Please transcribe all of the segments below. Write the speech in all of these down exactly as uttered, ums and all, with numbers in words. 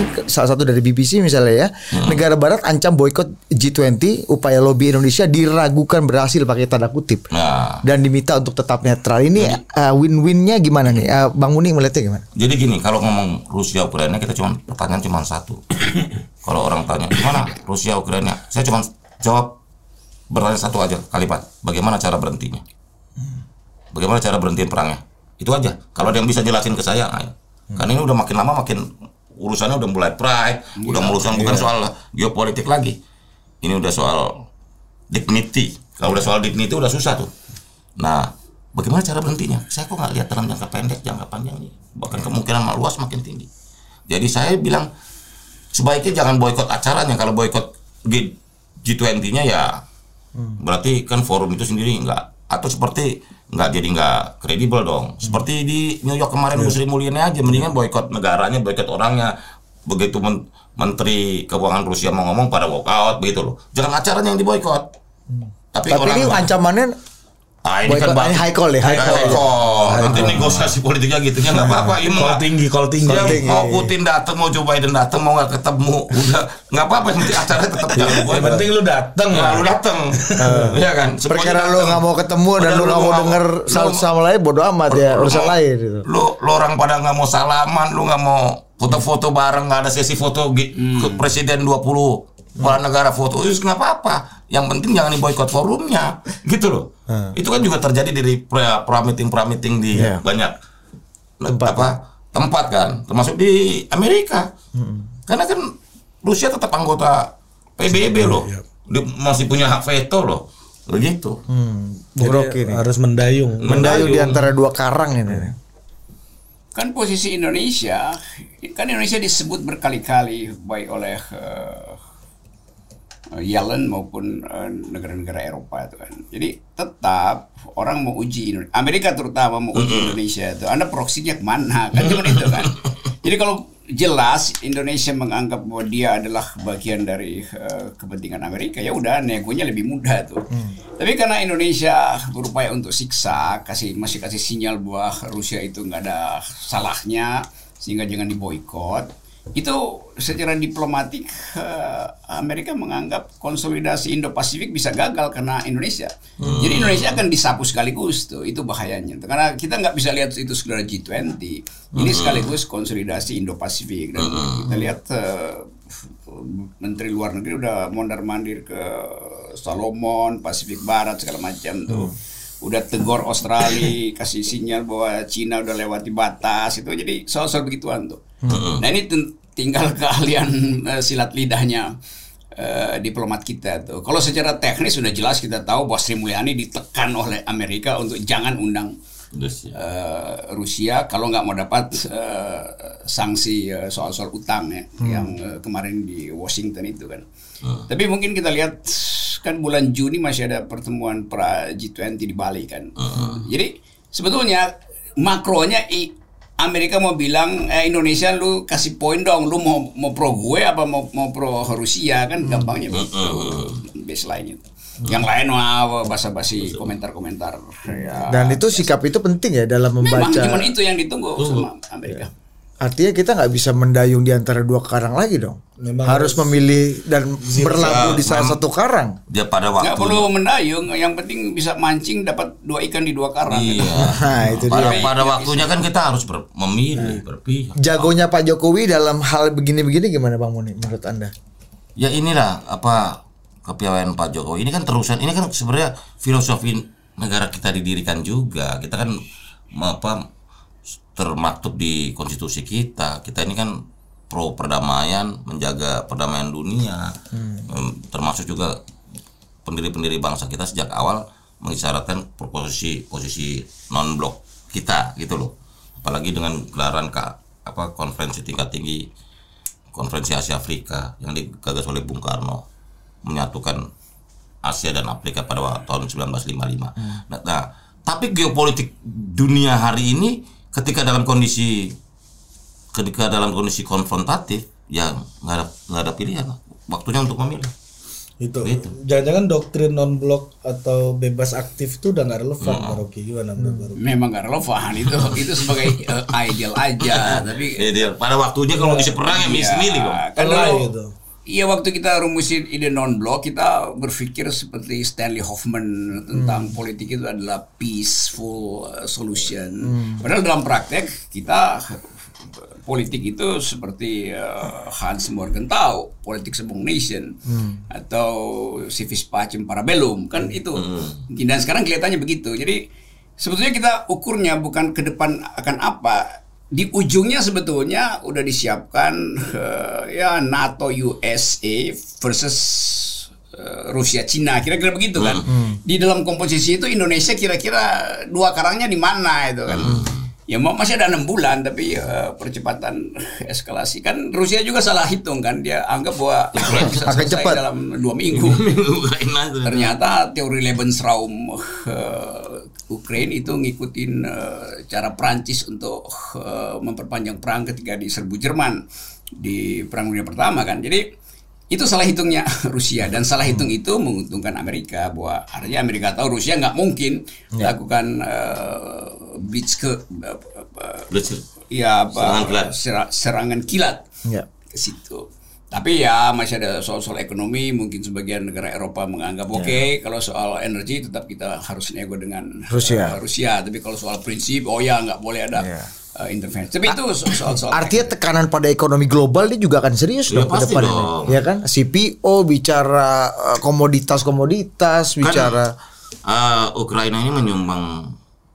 salah satu dari B B C misalnya ya, hmm. negara barat ancam boikot G dua puluh, upaya lobby Indonesia diragukan berhasil pakai tanda kutip. Nah. Dan diminta untuk tetap netral. Ini uh, win-winnya gimana nih? Uh, Bang Muni melihatnya gimana? Jadi gini, kalau ngomong Rusia Ukraina kita cuma pertanyaan cuma satu. Kalau orang tanya gimana Rusia Ukraina, saya cuma jawab bertanya satu aja kalimat. Bagaimana cara berhentinya? Bagaimana cara berhentiin perangnya? Itu aja. Kalau ada yang bisa jelasin ke saya, ayo. Karena ini udah makin lama makin urusannya udah mulai pride, yeah, udah urusan yeah. bukan soal geopolitik lagi. Ini udah soal dignity. Kalau udah soal dignity udah susah tuh. Nah, bagaimana cara berhentinya? Saya kok nggak lihat dalam jangka pendek, jangka panjangnya. Bahkan kemungkinan luas makin tinggi. Jadi saya bilang sebaiknya jangan boikot acaranya. Kalau boikot G dua puluh-nya ya hmm. berarti kan forum itu sendiri nggak, atau seperti nggak jadi nggak kredibel dong. Seperti di New York kemarin yeah. Sri Mulyani aja, mendingan boikot negaranya, boikot orangnya. Begitu men Menteri Keuangan Rusia mau ngomong pada walkout begitu loh. Jangan acaranya yang diboikot. Hmm. Tapi, Tapi ini ancamannya ah, ini kan ini high call ya, high call. High call. Nanti negosiasi politiknya gitu ya nggak apa-apa. Ini call tinggi, call tinggi. Dia mau Putin datang, mau Joe Biden datang, mau nggak ketemu, udah nggak apa-apa. Yang penting acaranya tetap jalan. Yang penting lu datang, nah, lu datang, ya kan. Perkara lu nggak mau ketemu dan lu nggak mau denger satu sama lain, bodo amat ya urusan lain. Gitu. Lu, lu orang pada nggak mau salaman, lu nggak mau foto-foto bareng, nggak ada sesi foto hmm. presiden dua puluh kepala negara foto, itu nggak apa-apa. Yang penting jangan diboikot forumnya, gitu loh. Hmm. Itu kan juga terjadi dari pra-meeting-pra-meeting di yeah. banyak tempat, apa, tempat kan, termasuk di Amerika. Hmm. Karena kan Rusia tetap anggota P B B loh, dia masih punya hak veto loh, begitu. Hmm. Jadi ini harus mendayung. Mendayung di antara dua karang ini. Kan posisi Indonesia, kan Indonesia disebut berkali-kali baik oleh uh, Yellen maupun uh, negara-negara Eropa itu kan. Jadi tetap orang mau uji Indonesia, Amerika terutama mau uji Indonesia itu. Anda proksinya kemana kan, cuma itu kan. Jadi kalau jelas Indonesia menganggap bahwa dia adalah bagian dari uh, kepentingan Amerika, ya udah negonya lebih mudah tuh. Hmm. Tapi karena Indonesia berupaya untuk siksa, kasih masih kasih sinyal bahwa Rusia itu nggak ada salahnya, sehingga jangan diboikot. Itu secara diplomatik uh, Amerika menganggap konsolidasi Indo-Pasifik bisa gagal karena Indonesia. Hmm. Jadi Indonesia akan disapu sekaligus tuh, itu bahayanya. Karena kita nggak bisa lihat itu sekedar G dua puluh. Ini sekaligus konsolidasi Indo-Pasifik dan hmm. kita lihat uh, Menteri Luar Negeri udah mondar-mandir ke Solomon, Pasifik Barat segala macam tuh. Hmm. Udah tegur Australia, kasih sinyal bahwa Cina udah lewati batas itu. Jadi soal-soal begituan tuh. Hmm. Nah ini tinggal keahlian uh, silat lidahnya uh, diplomat kita tuh. Kalau secara teknis sudah jelas kita tahu bahwa Sri Mulyani ditekan oleh Amerika untuk jangan undang uh, Rusia kalau nggak mau dapat uh, sanksi uh, soal-soal utang ya hmm. yang uh, kemarin di Washington itu kan. Hmm. Tapi mungkin kita lihat kan bulan Juni masih ada pertemuan pra G dua puluh di Bali kan. Hmm. Jadi sebetulnya makronya i Amerika mau bilang eh, Indonesia lu kasih poin dong, lu mau mau pro gue apa mau mau pro Rusia kan gampangnya begitu. Hmm. Baseline itu. Hmm. Yang lain mah basa-basi komentar-komentar. Ya. Dan itu sikap itu penting ya dalam membaca. Memang cuma itu yang ditunggu uh. sama Amerika. Ya. Artinya kita nggak bisa mendayung di antara dua karang lagi dong. Memang harus, harus memilih dan berlabuh di salah satu karang. Dia pada waktu nggak perlu mendayung, yang penting bisa mancing dapat dua ikan di dua karang. Iya. Nah, itu pada, dia. pada waktunya kan kita harus ber, memilih, nah. berpihak. Jagonya Pak Jokowi dalam hal begini-begini gimana Bang Muni menurut Anda? Ya inilah apa kepiawaian Pak Jokowi. Ini kan terusan, ini kan sebenarnya filosofi negara kita didirikan juga. Kita kan apa termaktub di konstitusi kita. Kita ini kan pro perdamaian, menjaga perdamaian dunia, hmm. termasuk juga pendiri-pendiri bangsa kita sejak awal mengisyaratkan posisi posisi non blok kita gitu loh. Apalagi dengan gelaran ke, apa konferensi tingkat tinggi, konferensi Asia Afrika yang digagas oleh Bung Karno menyatukan Asia dan Afrika pada tahun seribu sembilan ratus lima puluh lima. Hmm. Nah, nah, tapi geopolitik dunia hari ini ketika dalam kondisi ketika dalam kondisi konfrontatif ya nggak ada nggak ada pilihan, waktunya untuk memilih. Itu. Gitu. Jangan-jangan doktrin non blok atau bebas aktif itu udah nggak relevan, Pak Rocky. Gimana menurut Baroki? Memang nggak relevan itu itu sebagai uh, ideal aja, tapi Ideal. Pada waktunya kalau bisa perang ya Iya, milih dong. kan Alay dulu- gitu. Iya, waktu kita rumusin ide non blok kita berpikir seperti Stanley Hoffman tentang politik itu adalah peaceful uh, solution. Padahal dalam praktek kita politik itu seperti uh, Hans Morgenthau, politik sebelum nation, atau civis pacem parabellum, kan itu. Dan sekarang kelihatannya begitu. Jadi sebetulnya kita ukurnya bukan ke depan akan apa. Di ujungnya sebetulnya udah disiapkan uh, ya NATO U S A versus uh, Rusia Cina, kira-kira begitu kan. Di dalam komposisi itu Indonesia kira-kira dua karangnya di mana itu kan. Ya mau masih ada enam bulan, tapi uh, percepatan eskalasi kan Rusia juga salah hitung kan, dia anggap bahwa Ukraina bisa Agak selesai cepat. dalam dua minggu. Ukraina itu. Ternyata teori Lebensraum uh, Ukraina itu ngikutin uh, cara Prancis untuk uh, memperpanjang perang ketika diserbu Jerman di Perang Dunia Pertama kan. Jadi itu salah hitungnya Rusia, dan salah hitung itu menguntungkan Amerika, bahwa artinya Amerika tahu Rusia nggak mungkin melakukan uh, blitzkrieg uh, uh, Blitzkrieg. ya apa, Serangan kilat. sera- serangan kilat Ya. ke situ. Tapi ya masih ada soal-soal ekonomi, mungkin sebagian negara Eropa menganggap oke, kalau soal energi tetap kita harus nego dengan Rusia. uh, Rusia. Tapi kalau soal prinsip, oh ya nggak boleh ada Ya. uh, intervensi. Tapi itu so- soal-soal Artinya tekanan pada ekonomi global ini juga akan serius Ya, dong ke pasti depan dong. ini. Ya kan? C P O bicara uh, komoditas-komoditas, bicara Ah, Ukraina ini menyumbang,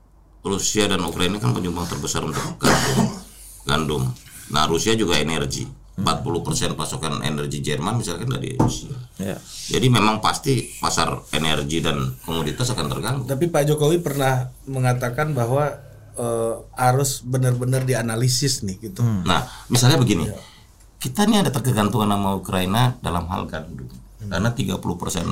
Rusia dan Ukraina kan penyumbang terbesar untuk gandum. Gandum. Nah, Rusia juga energi. empat puluh persen pasokan energi Jerman misalkan dari Rusia. ya. Jadi memang pasti pasar energi dan komoditas akan terganggu. Tapi Pak Jokowi pernah mengatakan bahwa eh, harus benar-benar dianalisis nih gitu. Nah, misalnya begini. Kita ini ada terkegantungan sama Ukraina dalam hal gandum. Karena tiga puluh persen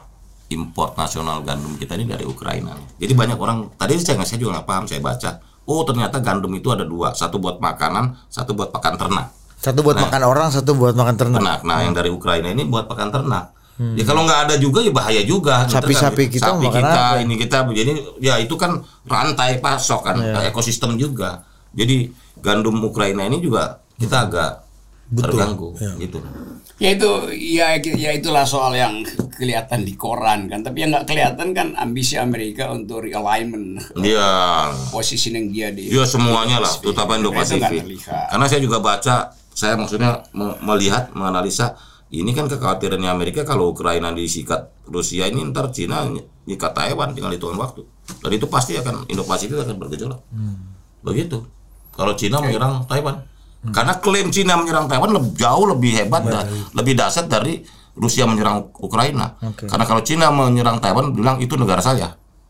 import nasional gandum kita ini dari Ukraina. Jadi banyak orang, tadi saya nggak saya juga nggak paham, saya baca, oh ternyata gandum itu ada dua, satu buat makanan, satu buat pakan ternak. Satu buat Nah. makan orang, satu buat makan ternak. Ternak. Nah, yang dari Ukraina ini buat pakan ternak. Ya kalau nggak ada juga ya bahaya juga. Sapi-sapi kita Sapi makan kita, apa? ini kita, jadi ya itu kan rantai pasok kan, ekosistem juga. Jadi gandum Ukraina ini juga kita agak terganggu, gitu. ya itu ya ya itulah soal yang kelihatan di koran kan, tapi yang nggak kelihatan kan ambisi Amerika untuk realignment Iya. positioning dia di Iya semuanya lah, Pasifik. terutama Itu nggak Indo-Pasifik. terlihat. Karena saya juga baca, saya maksudnya me- melihat, menganalisa, ini kan kekhawatirannya Amerika kalau Ukraina disikat Rusia ini ntar Cina nyikat Taiwan tinggal hitungan waktu. Dan itu pasti akan Indo-Pasifik akan bergejolak. Begitu. Kalau Cina menyerang Taiwan. Karena klaim Cina menyerang Taiwan lebih, jauh lebih hebat dan lebih dahsyat dari Rusia menyerang Ukraina. Oke. Karena kalau Cina menyerang Taiwan bilang itu negara saya.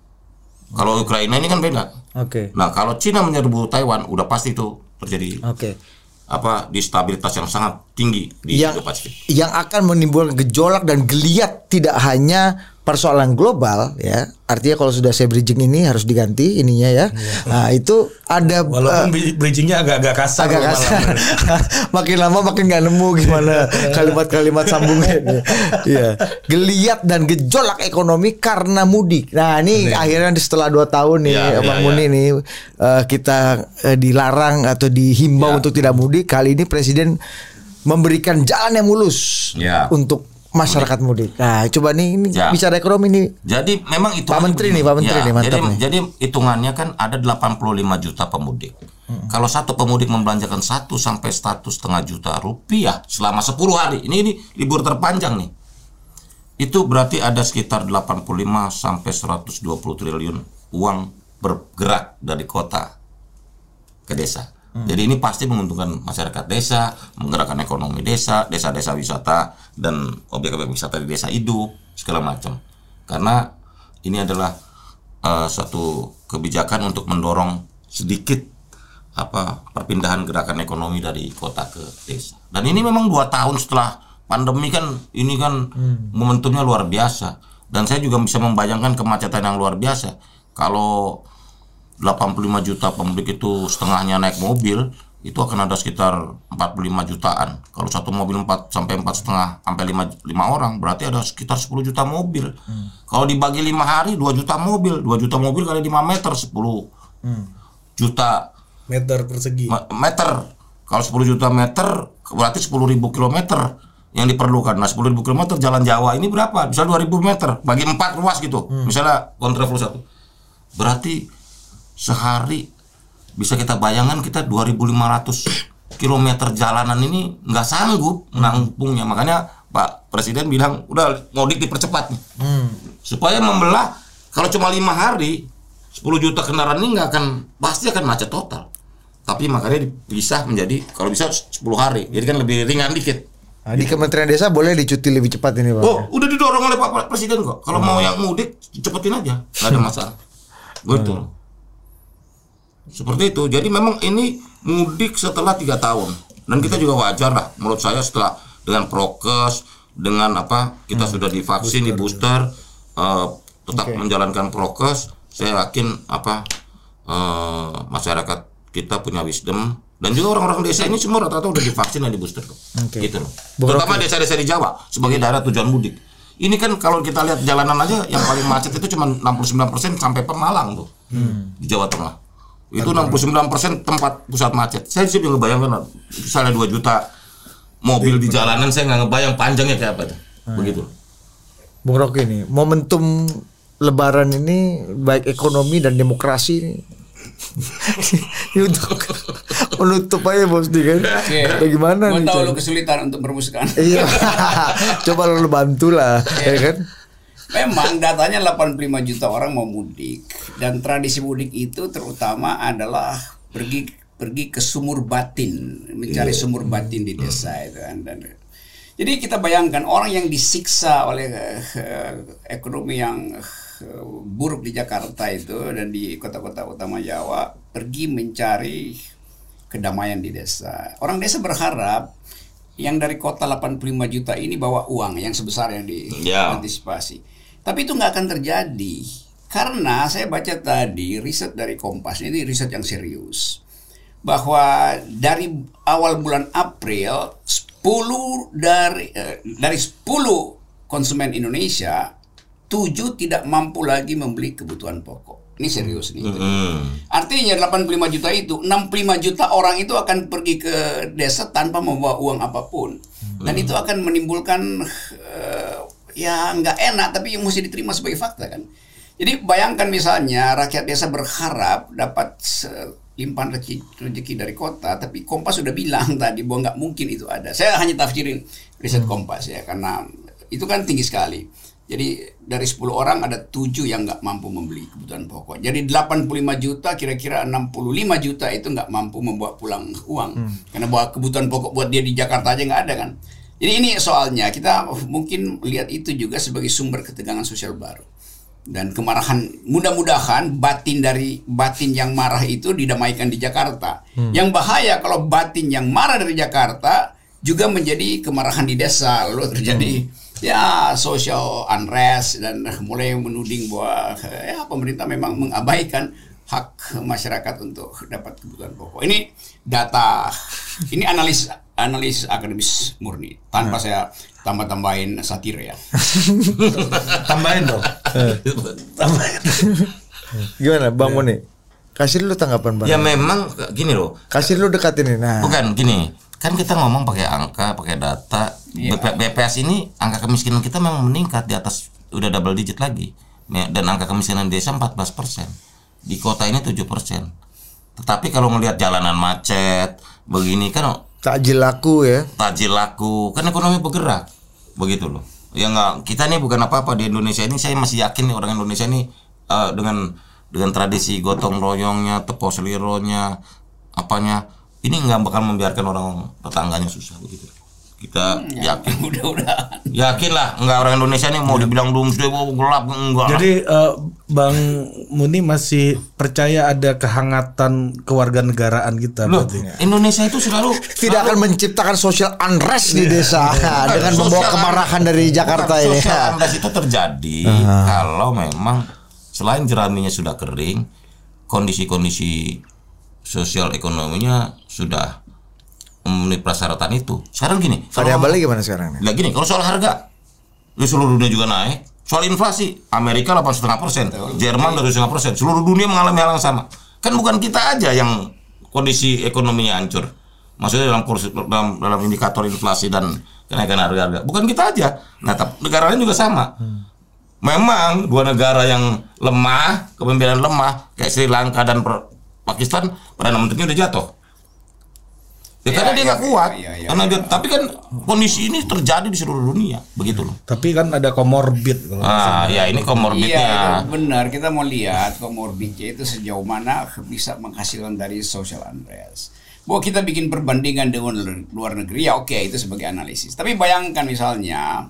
Kalau Ukraina ini kan beda. Oke. Nah, kalau Cina menyerbu Taiwan, udah pasti itu terjadi Oke. apa distabilitas yang sangat tinggi di Yang Indo-Pasifik. yang akan menimbulkan gejolak dan geliat tidak hanya persoalan global ya. Artinya kalau sudah saya bridging ini harus diganti ininya ya. Nah, itu ada Walaupun eh, bridgingnya agak-agak kasar. agak malah. kasar. Makin lama makin nggak nemu gimana kalimat-kalimat sambungnya. Iya. Geliat dan gejolak ekonomi karena mudik. Nah, ini akhirnya setelah dua tahun nih Ya, Bang ya, Muni ya. nih eh, kita eh, dilarang atau dihimbau Ya. untuk tidak mudik. Kali ini Presiden memberikan jalan yang mulus Ya. untuk masyarakat mudik. Nah, coba nih ini Ya. bicara ekonomi nih. Jadi memang itu Pak Menteri nih, Pak Menteri nih, mantap jadi, nih. jadi hitungannya kan ada delapan puluh lima juta pemudik. Kalau satu pemudik membelanjakan satu sampai satu setengah juta rupiah selama sepuluh hari, ini ini libur terpanjang nih. Itu berarti ada sekitar delapan puluh lima sampai seratus dua puluh triliun uang bergerak dari kota ke desa. Jadi ini pasti menguntungkan masyarakat desa, menggerakkan ekonomi desa, desa-desa wisata dan objek-objek wisata di desa hidup segala macam. Karena ini adalah uh, suatu kebijakan untuk mendorong sedikit apa perpindahan gerakan ekonomi dari kota ke desa. Dan ini memang dua tahun setelah pandemi kan, ini kan hmm. momentumnya luar biasa. Dan saya juga bisa membayangkan kemacetan yang luar biasa. Kalau delapan puluh lima juta pemudik itu setengahnya naik mobil, itu akan ada sekitar empat puluh lima jutaan. Kalau satu mobil empat sampai empat setengah sampai lima, lima orang berarti ada sekitar sepuluh juta mobil. Hmm. Kalau dibagi lima hari dua juta mobil, dua juta mobil kali lima meter sepuluh hmm. juta meter persegi. Meter. Kalau sepuluh juta meter berarti sepuluh ribu kilometer yang diperlukan. Nah, sepuluh ribu kilometer jalan Jawa ini berapa? Bisa dua ribu meter bagi empat ruas gitu. Hmm. Misalnya kontraflow satu. Berarti sehari bisa kita bayangkan kita dua ribu lima ratus kilometer jalanan ini nggak sanggup menampungnya. Makanya Pak Presiden bilang udah mudik dipercepat nih. Hmm. Supaya membelah. Kalau cuma lima hari sepuluh juta kendaraan ini nggak akan, pasti akan macet total. Tapi makanya dipisah menjadi kalau bisa sepuluh hari. Jadi kan lebih ringan dikit. Nah, di Kementerian Desa boleh dicuti lebih cepat ini Pak. Oh udah didorong oleh Pak Presiden kok. Kalau hmm. mau yang mudik cepetin aja, nggak ada masalah. Betul. Hmm. Seperti itu. Jadi memang ini mudik setelah tiga tahun. Dan kita juga wajar lah menurut saya setelah dengan prokes, dengan apa kita hmm. sudah divaksin, di booster, uh, tetap okay. menjalankan prokes. Saya yakin apa uh, masyarakat kita punya wisdom. Dan juga orang-orang desa ini semua rata-rata udah divaksin dan di booster. Okay. Gitu loh. Terutama desa-desa di Jawa sebagai daerah tujuan mudik. Ini kan kalau kita lihat jalanan aja yang paling macet itu cuma enam puluh sembilan persen sampai Pemalang tuh. Hmm. Di Jawa Tengah. Itu enam puluh sembilan persen tempat pusat macet. Saya sih nggak ngebayangkan misalnya dua juta mobil di jalanan, saya nggak ngebayang panjangnya kayak apa tuh. Hmm. Begitu. Bung Rocky ini, momentum Lebaran ini baik ekonomi dan demokrasi ini untuk menutup aja Bos Di kan. Okay. Bagaimana nih? Mau tahu lu kesulitan untuk merumuskan. Iya. Coba lu bantu lah, ya kan? Memang datanya delapan puluh lima juta orang mau mudik, dan tradisi mudik itu terutama adalah pergi pergi ke sumur batin, mencari yeah. sumur batin di desa itu kan. Dan jadi kita bayangkan orang yang disiksa oleh uh, ekonomi yang uh, buruk di Jakarta itu dan di kota-kota utama Jawa pergi mencari kedamaian di desa. Orang desa berharap yang dari kota delapan puluh lima juta ini bawa uang yang sebesar yang diantisipasi. Yeah. Tapi itu nggak akan terjadi karena saya baca tadi riset dari Kompas, ini riset yang serius, bahwa dari awal bulan April sepuluh dari eh, dari sepuluh konsumen Indonesia tujuh tidak mampu lagi membeli kebutuhan pokok. Ini serius nih. Mm-hmm. Artinya delapan puluh lima juta itu enam puluh lima juta orang itu akan pergi ke desa tanpa membawa uang apapun. Mm-hmm. Dan itu akan menimbulkan uh, ya nggak enak, tapi yang mesti diterima sebagai fakta kan. Jadi bayangkan misalnya rakyat desa berharap dapat limpahan rezeki dari kota, tapi Kompas sudah bilang tadi bahwa nggak mungkin itu ada. Saya hanya tafsirin riset Kompas ya, karena itu kan tinggi sekali. Jadi dari sepuluh orang ada tujuh yang nggak mampu membeli kebutuhan pokok. Jadi delapan puluh lima juta, kira-kira enam puluh lima juta itu nggak mampu membawa pulang uang. Hmm. Karena bawa kebutuhan pokok buat dia di Jakarta aja nggak ada kan. Jadi ini soalnya kita mungkin lihat itu juga sebagai sumber ketegangan sosial baru. Dan kemarahan, mudah-mudahan batin dari batin yang marah itu didamaikan di Jakarta. Hmm. Yang bahaya kalau batin yang marah dari Jakarta juga menjadi kemarahan di desa, lalu terjadi hmm. ya social unrest dan mulai menuding bahwa ya pemerintah memang mengabaikan hak masyarakat untuk dapat kebutuhan pokok. Ini data, ini analis analis akademis murni tanpa hmm. saya tambah-tambahin satir ya. Tambahin dong. Tambahin. Gimana Bang Muni? Kasih dulu tanggapan Bang. Ya memang gini loh. Kasih dulu dekat ini. Nah. Bukan gini. Kan kita ngomong pakai angka, pakai data. Ya. B P S ini angka kemiskinan kita memang meningkat di atas, udah double digit lagi. Dan angka kemiskinan desa empat belas persen. Di kota ini tujuh persen. Tetapi kalau ngelihat jalanan macet begini kan takjil laku ya. Takjil laku, kan ekonomi bergerak. Begitu loh. Ya enggak, kita nih bukan apa-apa di Indonesia ini, saya masih yakin nih orang Indonesia ini uh, dengan dengan tradisi gotong royongnya, tepos lironya, apanya, ini enggak bakal membiarkan orang tetangganya susah begitu. Kita hmm, yakin. Mudah-mudahan. Yakin lah, enggak orang Indonesia ini mau dibilang doomsday, mau gelap enggak. Jadi uh, Bang Muni masih percaya ada kehangatan kewarganegaraan kita. Loh, Indonesia itu selalu tidak selalu, akan menciptakan social unrest di desa yeah. dengan membawa kemarahan dari Jakarta ini. Social unrest itu terjadi uh-huh. kalau memang selain jeraminya sudah kering, kondisi-kondisi sosial ekonominya sudah memenuhi persyaratan itu. Sekarang gini, variabelnya gimana sekarang? Lah gini, kalau soal harga, di seluruh dunia juga naik. Soal inflasi, Amerika delapan koma lima persen, Jerman dari setengah persen, seluruh dunia mengalami hal yang sama. Kan bukan kita aja yang kondisi ekonominya hancur. Maksudnya dalam kursi, dalam, dalam indikator inflasi dan kenaikan harga-harga. Bukan kita aja. Nah, negara lain juga sama. Hmm. Memang dua negara yang lemah, kepemimpinan lemah, kayak Sri Lanka dan Pakistan, Perdana Menterinya udah jatuh. Ya, ya karena dia nggak ya, kuat. Ya, ya, ya, karena ya, dia, ya. Tapi kan kondisi ini terjadi di seluruh dunia, begitu loh. Tapi kan ada komorbid. Ah, ya ini komorbidnya. Iya, benar. Kita mau lihat komorbidnya itu sejauh mana bisa menghasilkan dari social unrest. Bahwa kita bikin perbandingan dengan luar negeri, ya oke, itu sebagai analisis. Tapi bayangkan misalnya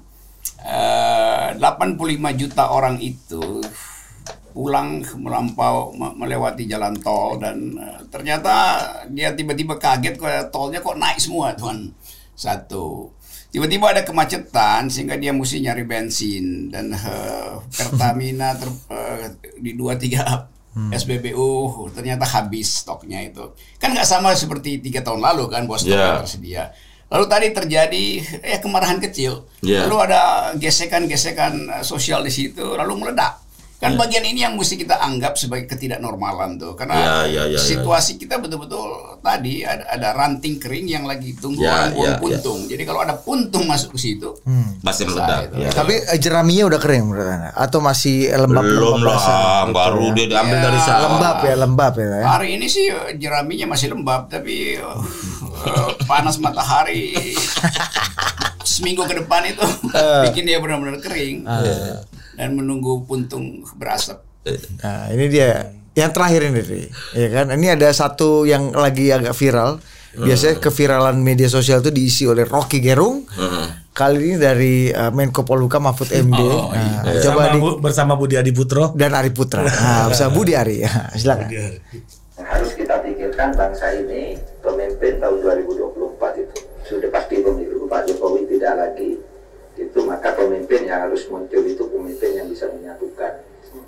Uh, delapan puluh lima juta orang itu pulang melampau melewati jalan tol dan uh, ternyata dia tiba-tiba kaget kok tolnya kok naik semua tuan. Satu, tiba-tiba ada kemacetan sehingga dia mesti nyari bensin dan uh, Pertamina ter, uh, di dua tiga hmm. S P B U ternyata habis stoknya itu. Kan nggak sama seperti tiga tahun lalu kan bos stoknya yeah. tersedia. Lalu tadi terjadi ya kemarahan kecil, yeah. lalu ada gesekan-gesekan sosial di situ, lalu meledak. Kan yeah. bagian ini yang mesti kita anggap sebagai ketidaknormalan tuh, karena yeah, yeah, yeah, situasi yeah. kita betul-betul tadi ada, ada ranting kering yang lagi tunggu yeah, orang buang yeah, puntung. Yeah. Jadi kalau ada puntung masuk ke situ, hmm. pasti meledak. Ya. Tapi jeraminya udah kering menurut Anda? Atau masih lembab? Belum lah, baru dia diambil yeah. dari sana. Lembab ya, lembab ya. Hari ini sih jeraminya masih lembab, tapi uh, panas matahari seminggu ke depan itu uh. bikin dia benar-benar kering. Uh. Dan menunggu puntung berasap. Nah, ini dia yang terakhir ini, ya kan? Ini ada satu yang lagi agak viral. Biasanya keviralan media sosial itu diisi oleh Rocky Gerung. Kali ini dari uh, Menko Polhukam Mahfud M D. Oh, nah, iya. Coba di, bersama Budi Adiputro dan Ari Putra. Nah, bersama Budi Ari. Ya, silakan. Harus kita pikirkan bangsa ini pemimpin tahun dua ribu dua puluh empat itu sudah pasti pemilu Pak Jokowi tidak lagi. Itu maka pemimpin yang harus muncul itu pemimpin yang bisa menyatukan,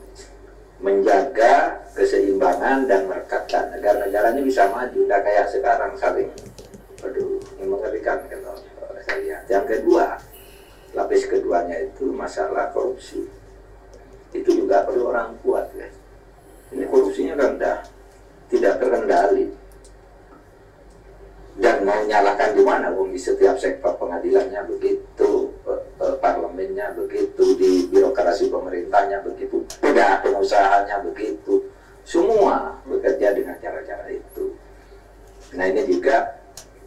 menjaga keseimbangan dan merekatkan negara-negaranya bisa maju. Udah kayak sekarang saling, aduh, ini mengerikan kalau saya lihat. Yang kedua, lapis keduanya itu masalah korupsi. Itu juga perlu orang kuat, guys. Ini korupsinya rendah, tidak terkendali. Dan mau nyalakan di mana? Wong di setiap sektor pengadilannya begitu, parlemennya begitu, di birokrasi pemerintahnya begitu, udah pengusahanya begitu, semua bekerja dengan cara-cara itu. Nah ini juga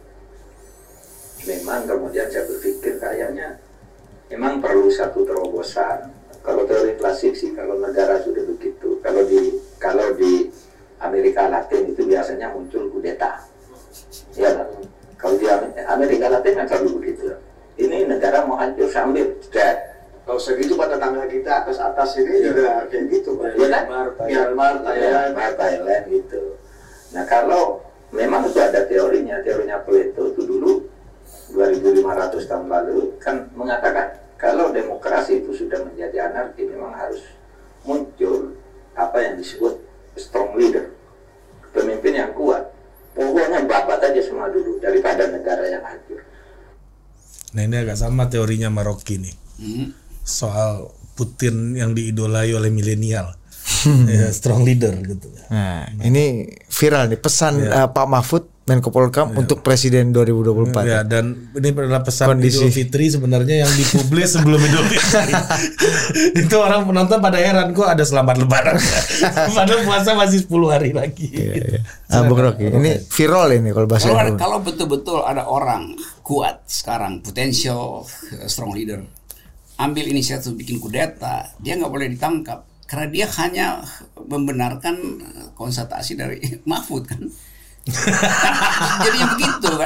memang kemudian saya berpikir kayaknya memang perlu satu terobosan. Kalau teori klasik sih kalau negara sudah begitu, kalau di kalau di Amerika Latin itu biasanya muncul kudeta. Ya kan? Kalau di Amerika Latin kan selalu begitu. Ini negara mau hancur sambil dead. Kalau segitu pada tangga kita atas-atas ini ya. Juga kayak gitu Pak. Ya kan? Myanmar, Thailand, ya, Thailand gitu. Nah kalau memang itu ada teorinya, teorinya Plato itu dulu dua ribu lima ratus tahun lalu kan mengatakan kalau demokrasi itu sudah menjadi anarki memang harus muncul apa yang disebut strong leader, pemimpin yang kuat. Pokoknya babat aja semua dulu daripada negara yang hancur. Nah ini agak sama teorinya Maroki nih, hmm. soal Putin yang diidolai oleh milenial, hmm. ya, strong leader gitu. Nah, nah ini viral nih pesan ya. uh, Pak Mahfud Menko Polhukam ya. Untuk Presiden dua ribu dua puluh empat. Ya, dan ini adalah pesan Kondisi. Idul Fitri sebenarnya yang dipublis sebelum Idul Fitri. Itu orang penonton pada heran kok ada selamat lebaran. Padahal puasa masih sepuluh hari lagi. Ya, gitu. ya. Ah, Bung Rocky, ini viral ini kalau bahasa kalau, kalau betul-betul ada orang kuat sekarang, potential strong leader, ambil inisiatif bikin kudeta, dia nggak boleh ditangkap karena dia hanya membenarkan konstatasi dari Mahfud kan. Jadinya begitu kan.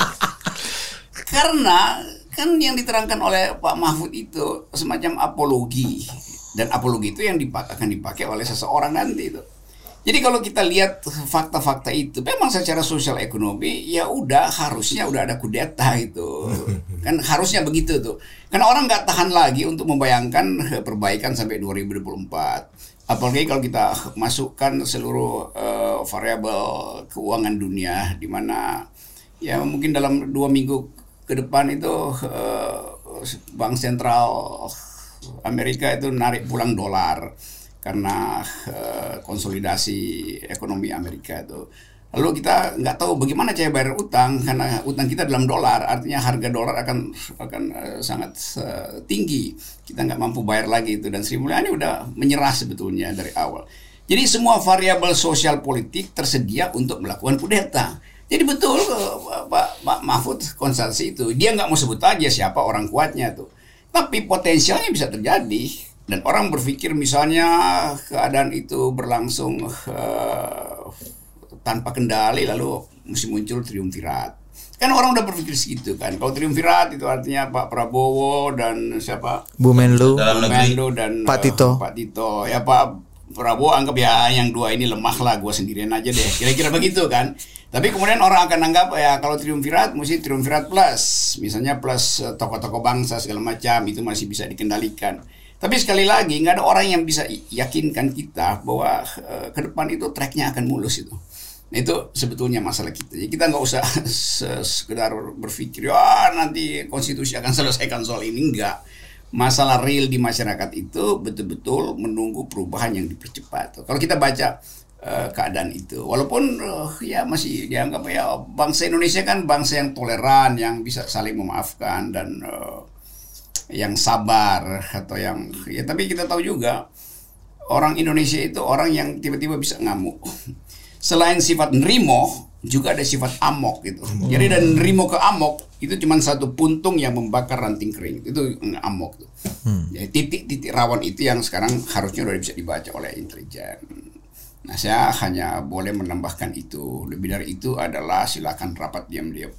Karena kan yang diterangkan oleh Pak Mahfud itu semacam apologi, dan apologi itu yang dipakai, akan dipakai oleh seseorang nanti itu. Jadi kalau kita lihat fakta-fakta itu, memang secara sosial ekonomi ya udah harusnya udah ada kudeta itu, kan harusnya begitu tuh. Karena orang nggak tahan lagi untuk membayangkan perbaikan sampai dua ribu dua puluh empat. Apalagi kalau kita masukkan seluruh uh, uh, variabel keuangan dunia, di mana ya mungkin dalam dua minggu ke depan itu uh, Bank Sentral Amerika itu narik pulang dolar karena uh, konsolidasi ekonomi Amerika itu. Lalu kita nggak tahu bagaimana cara bayar utang karena utang kita dalam dolar, artinya harga dolar akan akan uh, sangat uh, tinggi. Kita nggak mampu bayar lagi itu, dan Sri Mulyani udah menyerah sebetulnya dari awal. Jadi semua variabel sosial politik tersedia untuk melakukan kudeta. Jadi betul uh, Pak, Pak Mahfud konsensus itu, dia nggak mau sebut aja siapa orang kuatnya tuh, tapi potensialnya bisa terjadi. Dan orang berpikir misalnya keadaan itu berlangsung uh, tanpa kendali lalu mesti muncul triumvirat. Kan orang udah berpikir segitu kan. Kalau triumvirat itu artinya Pak Prabowo dan siapa? Bu Menlu, Bu Menlu dan Pak Tito. Uh, Pak Tito. Ya Pak Prabowo anggap ya yang dua ini lemah lah, gue sendirian aja deh. Kira-kira begitu kan. Tapi kemudian orang akan anggap ya kalau triumvirat mesti triumvirat plus. Misalnya plus uh, tokoh-tokoh bangsa segala macam, itu masih bisa dikendalikan. Tapi sekali lagi nggak ada orang yang bisa yakinkan kita bahwa uh, ke depan itu tracknya akan mulus itu. Nah itu sebetulnya masalah kita. Jadi kita nggak usah sekedar berpikir, ya nanti konstitusi akan selesaikan soal ini. Enggak. Masalah real di masyarakat itu betul-betul menunggu perubahan yang dipercepat. Kalau kita baca uh, keadaan itu, walaupun uh, ya masih dianggap ya bangsa Indonesia kan bangsa yang toleran, yang bisa saling memaafkan dan uh, yang sabar atau yang ya, tapi kita tahu juga orang Indonesia itu orang yang tiba-tiba bisa ngamuk. Selain sifat nerimo, juga ada sifat amok gitu. Hmm. Jadi dan nerimo ke amok itu cuma satu puntung yang membakar ranting kering. Itu amok tuh. Hmm. Jadi titik-titik rawan itu yang sekarang harusnya sudah bisa dibaca oleh intelijen. Nah, saya hanya boleh menambahkan itu. Lebih dari itu adalah silakan rapat diam-diam.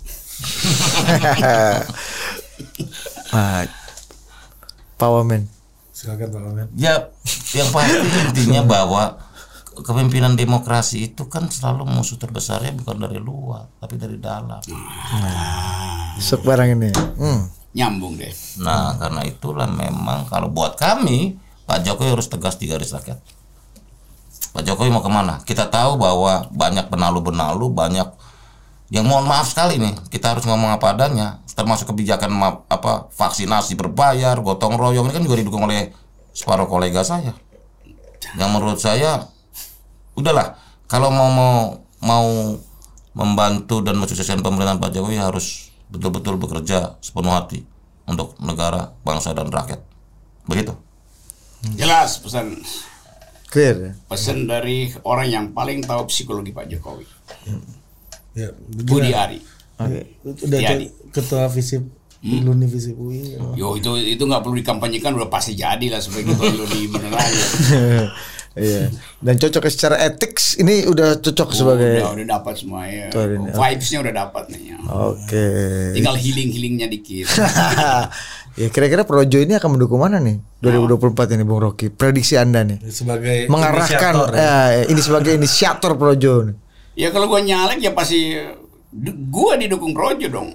Pak Wamen. Silakan Pak Wamen. Ya, yang pasti intinya bahwa kepemimpinan demokrasi itu kan selalu musuh terbesarnya bukan dari luar, tapi dari dalam. Nah, sekarang ini hmm. nyambung deh. Nah, karena itulah memang kalau buat kami Pak Jokowi harus tegas di garis rakyat. Pak Jokowi mau kemana? Kita tahu bahwa banyak benalu-benalu, banyak yang mohon maaf sekali nih. Kita harus ngomong apa adanya. Termasuk kebijakan apa vaksinasi berbayar, gotong royong ini kan juga didukung oleh separuh kolega saya. Yang menurut saya udahlah, kalau mau mau mau membantu dan mensukseskan pemerintahan Pak Jokowi harus betul-betul bekerja sepenuh hati untuk negara, bangsa dan rakyat. Begitu. Jelas pesan. Clear. Pesan dari orang yang paling tahu psikologi Pak Jokowi. Ya, Budi Ari. Oke. Udah ketua Visip Hmm. Luni Visip U I. Oh. Yo itu itu nggak perlu dikampanyekan, udah pasti jadi lah sebagai ketua Luni bener aja. Iya. Dan cocok secara etik ini udah cocok Oh, sebagai udah, udah dapat semua ya. Tuh, Vibes-nya udah dapat nih. Ya. Oke. Tinggal healing-healingnya dikit. Ya kira-kira Projo ini akan mendukung mana nih dua ribu dua puluh empat ini Bung Rocky? Prediksi Anda nih. Sebagai mengarahkan inisiator, ya. ya, ini sebagai inisiator Projo nih. Ya kalau gua nyalek ya pasti gua didukung Projo dong.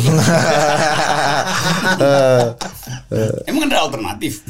Emang ada alternatif?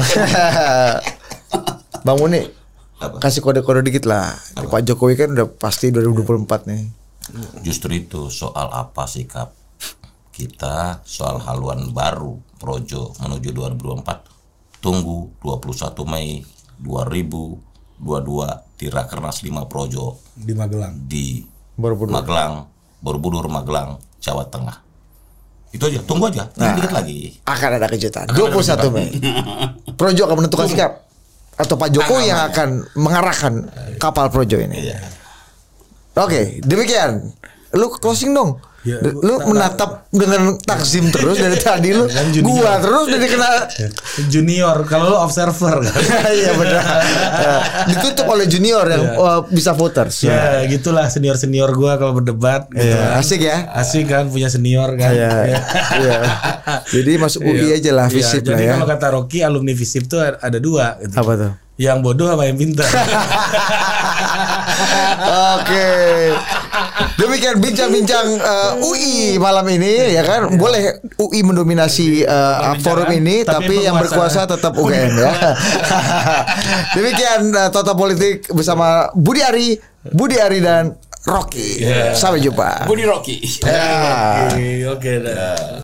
Bang Muni, kasih kode-kode dikit lah. Pak Jokowi kan udah pasti dua ribu dua puluh empat nih. Justru itu soal apa sikap kita, soal haluan baru Projo menuju dua ribu dua puluh empat. Tunggu dua puluh satu Mei dua ribu dua puluh dua di Rakernas lima Projo di Magelang. Di Borobudur. Magelang, Borobudur, Magelang, Jawa Tengah. Itu aja, tunggu aja, nah, dikit lagi. Akan ada kejutan. Akan dua puluh satu Mei. Projo akan menentukan sikap atau Pak Jokowi yang akan mengarahkan kapal Projo ini. Iya. Oke, demikian. Lu closing dong. Ya, lu menatap dengan takzim terus dari tadi lu. Gua terus udah dikenal junior, kalau lu observer kan. Iya benar. Ditutup oleh junior yang ya. uh, bisa voters. Ya, ya gitulah senior-senior gua kalau berdebat gitu. Ya, asik ya. Asik kan punya senior kan. Iya. Iya. Jadi masuk U I aja lah Visip ya, lah ya. Jadi kalau kata Rocky alumni Visip tuh ada dua gitu. Apa tuh? Yang bodoh sama yang pintar. Oke. Demikian bincang-bincang uh, U I malam ini ya kan. Boleh U I mendominasi uh, forum ini tapi, tapi yang berkuasa tetap U G M ya. Demikian uh, Total Politik bersama Budi Ari, Budi Ari dan Rocky. Yeah. Sampai jumpa. Budi Rocky. Ya. Oke, oke dah.